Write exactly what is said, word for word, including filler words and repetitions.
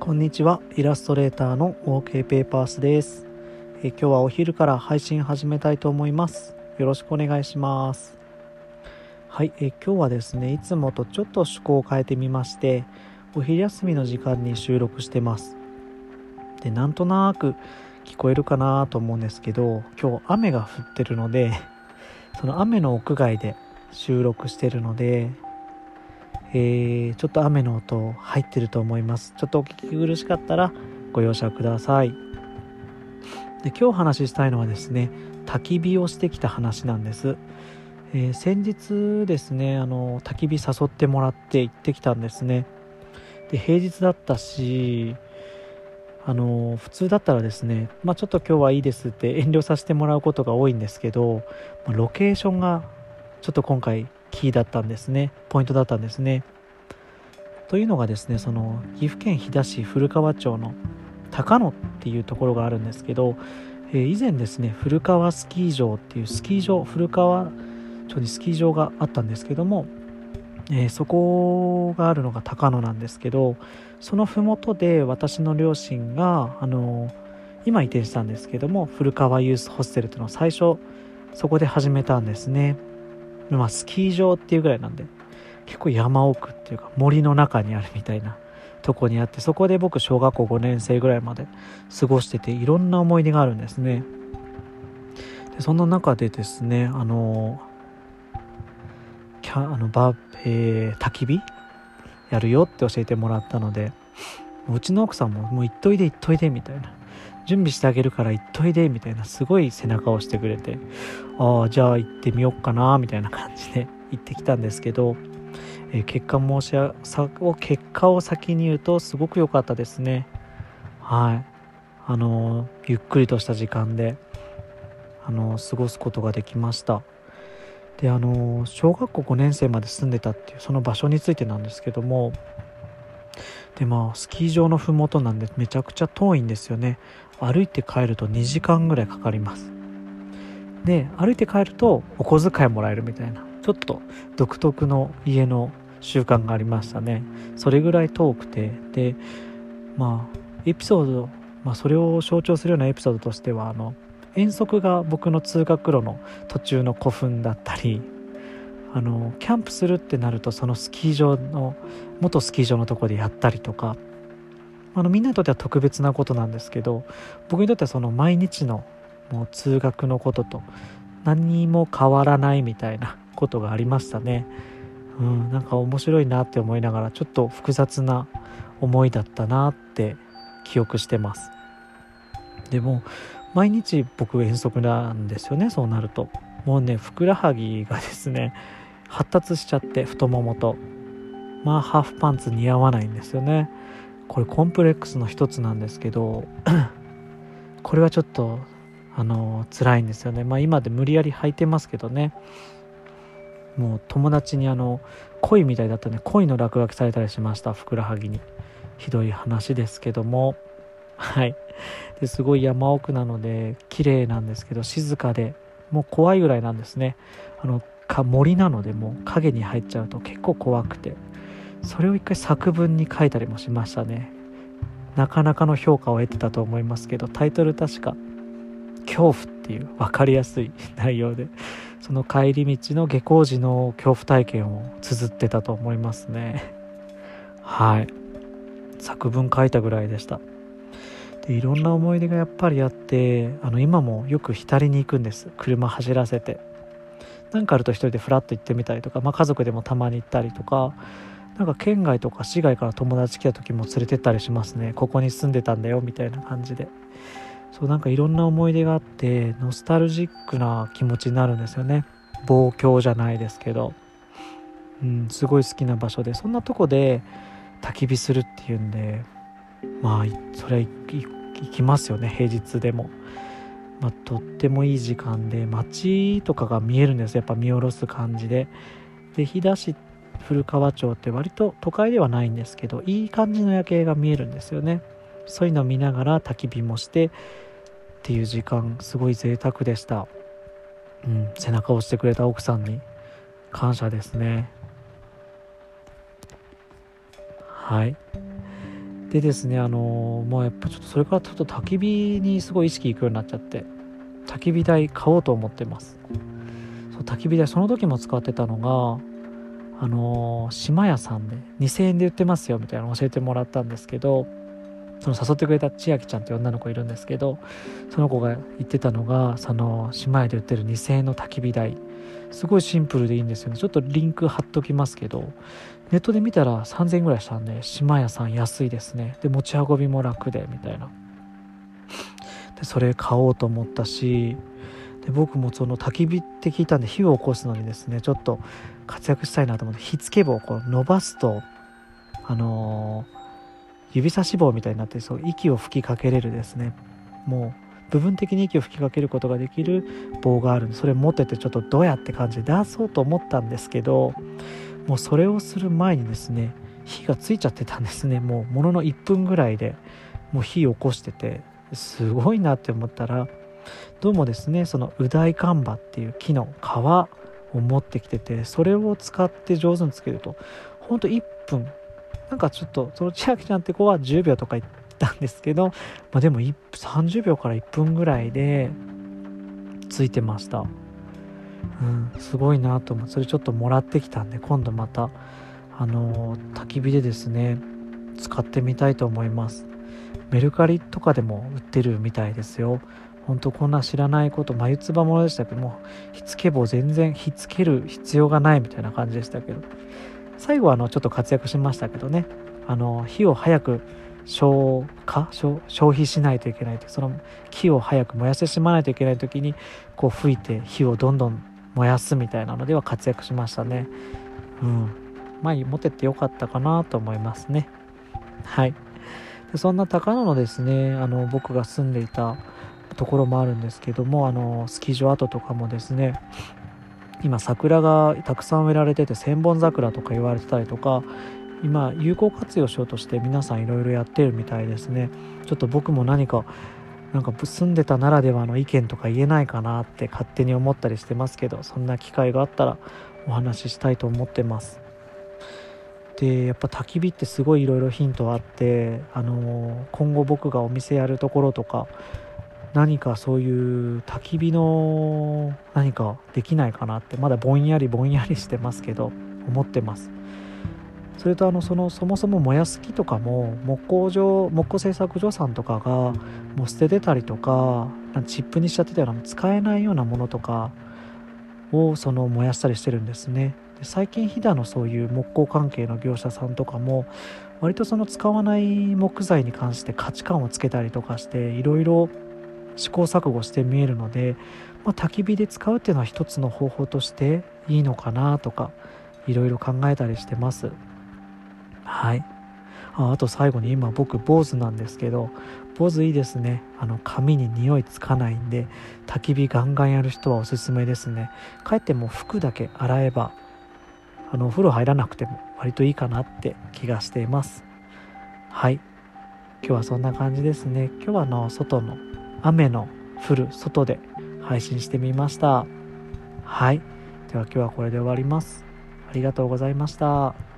こんにちは。イラストレーターの OK ペーパースです。え今日はお昼から配信始めたいと思います。よろしくお願いします。はい、え今日はですね、いつもとちょっと趣向を変えてみまして、お昼休みの時間に収録してます。で、なんとなく聞こえるかなと思うんですけど、今日雨が降ってるので、その雨の屋外で収録してるので、えー、ちょっと雨の音入ってると思います。ちょっとお聞き苦しかったらご容赦ください。で、今日話したいのはですね、焚き火をしてきた話なんです。えー、先日ですね、あの焚き火誘ってもらって行ってきたんですね。で、平日だったし、あの普通だったらですね、まあ、ちょっと今日はいいですって遠慮させてもらうことが多いんですけど、まあロケーションがちょっと今回キーだったんですね。ポイントだったんですね。というのがですね、その岐阜県飛騨市古川町の高野っていうところがあるんですけど、えー以前ですね、古川スキー場っていうスキー場、古川町にスキー場があったんですけども、えーそこがあるのが高野なんですけど、その麓で私の両親が、あのー今移転したんですけども、古川ユースホステルっていうのを最初そこで始めたんですね。まあスキー場っていうぐらいなんで、結構山奥っていうか森の中にあるみたいなとこにあって、そこで僕小学校ごねん生ぐらいまで過ごしてて、いろんな思い出があるんですね。で、その中でですね、あのキャあのバー、えー焚き火やるよって教えてもらったので、うちの奥さんももう行っといで行っといでみたいな、準備してあげるから行っといでみたいな、すごい背中を押してくれて、ああじゃあ行ってみよっかなみたいな感じで行ってきたんですけど、えー結果申し上さ結果を先に言うとすごく良かったですね。はい。あのーゆっくりとした時間で、あのー過ごすことができました。で、あのー小学校ごねん生まで住んでたっていうその場所についてなんですけども、で、まあスキー場のふもとなんでめちゃくちゃ遠いんですよね。歩いて帰るとにじかんぐらいかかります。で、歩いて帰るとお小遣いもらえるみたいな、ちょっと独特の家の習慣がありましたね。それぐらい遠くて、で、まあエピソード、まあ、それを象徴するようなエピソードとしては、あの遠足が僕の通学路の途中の古墳だったり、あのキャンプするってなるとそのスキー場の元スキー場のところでやったりとか、あのみんなにとっては特別なことなんですけど、僕にとってはその毎日のもう通学のことと何にも変わらないみたいなことがありましたね。うん、なんか面白いなって思いながら、ちょっと複雑な思いだったなって記憶してます。でも毎日僕遠足なんですよね。そうなるともうね、ふくらはぎがですね発達しちゃって、太ももと、まあハーフパンツ似合わないんですよね。これコンプレックスの一つなんですけどこれはちょっとあの辛いんですよね。まあ今で無理やり履いてますけどね。もう友達にあの恋みたいだったね、恋の落書きされたりしました、ふくらはぎに。ひどい話ですけども、はい。ですごい山奥なので綺麗なんですけど、静かでもう怖いぐらいなんですね。あのか森なので、もう影に入っちゃうと結構怖くて、それを一回作文に書いたりもしましたね。なかなかの評価を得てたと思いますけど、タイトル確か恐怖っていう分かりやすい内容で、その帰り道の下校時の恐怖体験を綴ってたと思いますね。はい。作文書いたぐらいでした。で、いろんな思い出がやっぱりあって、あの今もよく浸りに行くんです。車走らせて、なんかあると一人でフラッと行ってみたりとか、まあ、家族でもたまに行ったりとか、なんか県外とか市外から友達来た時も連れてったりしますね。ここに住んでたんだよみたいな感じで。そう、なんかいろんな思い出があってノスタルジックな気持ちになるんですよね。望郷じゃないですけど、うん、すごい好きな場所で、そんなとこで焚き火するっていうんで、まあそれは行きますよね、平日でも。まあ、とってもいい時間で、街とかが見えるんですよ、やっぱ見下ろす感じで。で、飛騨市古川町って割と都会ではないんですけど、いい感じの夜景が見えるんですよね。そういうのを見ながら焚き火もしてっていう時間、すごい贅沢でした。うん、背中を押してくれた奥さんに感謝ですね。はい。 でですね、あのー、まあやっぱちょっとそれからちょっと焚き火にすごい意識いくようになっちゃって、焚き火台買おうと思ってます。そう、焚き火台その時も使ってたのが、あのー、島屋さんでにせんえんで売ってますよみたいなの教えてもらったんですけど、その誘ってくれた千秋ちゃんっていう女の子いるんですけど、その子が言ってたのが、その島屋で売ってるにせんえんの焚き火台、すごいシンプルでいいんですよね。ちょっとリンク貼っときますけど、ネットで見たらさんぜんえんぐらいしたんで、島屋さん安いですね。で持ち運びも楽でみたいな。でそれ買おうと思ったし、で僕もその焚き火って聞いたんで、火を起こすのにですね、ちょっと活躍したいなと思って、火付け棒をこう伸ばすと、あのー、指差し棒みたいになって、そう息を吹きかけれるですね、もう部分的に息を吹きかけることができる棒があるんで、それ持っててちょっとどうやって感じで出そうと思ったんですけど、もうそれをする前にですね、火がついちゃってたんですね。もうもののいっぷんぐらいでもう火を起こしてて、すごいなって思ったら、どうもですね、そのウダイカンバっていう木の皮を持ってきてて、それを使って上手につけるとほんといっぷん、なんかちょっとその千秋ちゃんって子はじゅうびょうとか言ったんですけど、まあ、でもさんじゅうびょうからいっぷんぐらいでついてました。うん、すごいなと思って、それちょっともらってきたんで、今度またあのー、焚き火でですね使ってみたいと思います。メルカリとかでも売ってるみたいですよ。ほんとこんな知らないこと、眉唾ものでしたけども、火付け棒全然火付ける必要がないみたいな感じでしたけど、最後はあのちょっと活躍しましたけどね、あの火を早く消化消費しないといけないという、その木を早く燃やしてしまわないといけない時にこう吹いて火をどんどん燃やすみたいなのでは活躍しましたね。うん、まあ持ってってよかったかなと思いますね。はい。でそんな高野のですね、あの僕が住んでいたところもあるんですけども、あのスキー場跡とかもですね、今桜がたくさん植えられてて、千本桜とか言われてたりとか、今有効活用しようとして皆さんいろいろやってるみたいですね。ちょっと僕も何かなんか住んでたならではの意見とか言えないかなって勝手に思ったりしてますけど、そんな機会があったらお話ししたいと思ってます。でやっぱ焚き火ってすごいいろいろヒントあって、あのー、今後僕がお店やるところとか、何かそういう焚き火の何かできないかなって、まだぼんやりぼんやりしてますけど思ってます。それとあのそのそもそも燃やす木とかも、木工所木工製作所さんとかがもう捨ててたりとか、チップにしちゃってたような使えないようなものとかをその燃やしたりしてるんですね。で最近飛騨のそういう木工関係の業者さんとかも割とその使わない木材に関して価値観をつけたりとかして、いろいろ試行錯誤して見えるので、まあ、焚き火で使うっていうのは一つの方法としていいのかなとか、いろいろ考えたりしてます。はい。あ、あと最後に、今僕坊主なんですけど、坊主いいですね。あの髪に匂いつかないんで、焚き火ガンガンやる人はおすすめですね。帰っても服だけ洗えば、あのお風呂入らなくても割といいかなって気がしています。はい。今日はそんな感じですね。今日はあの外の雨の降る外で配信してみました。はい。では今日はこれで終わります。ありがとうございました。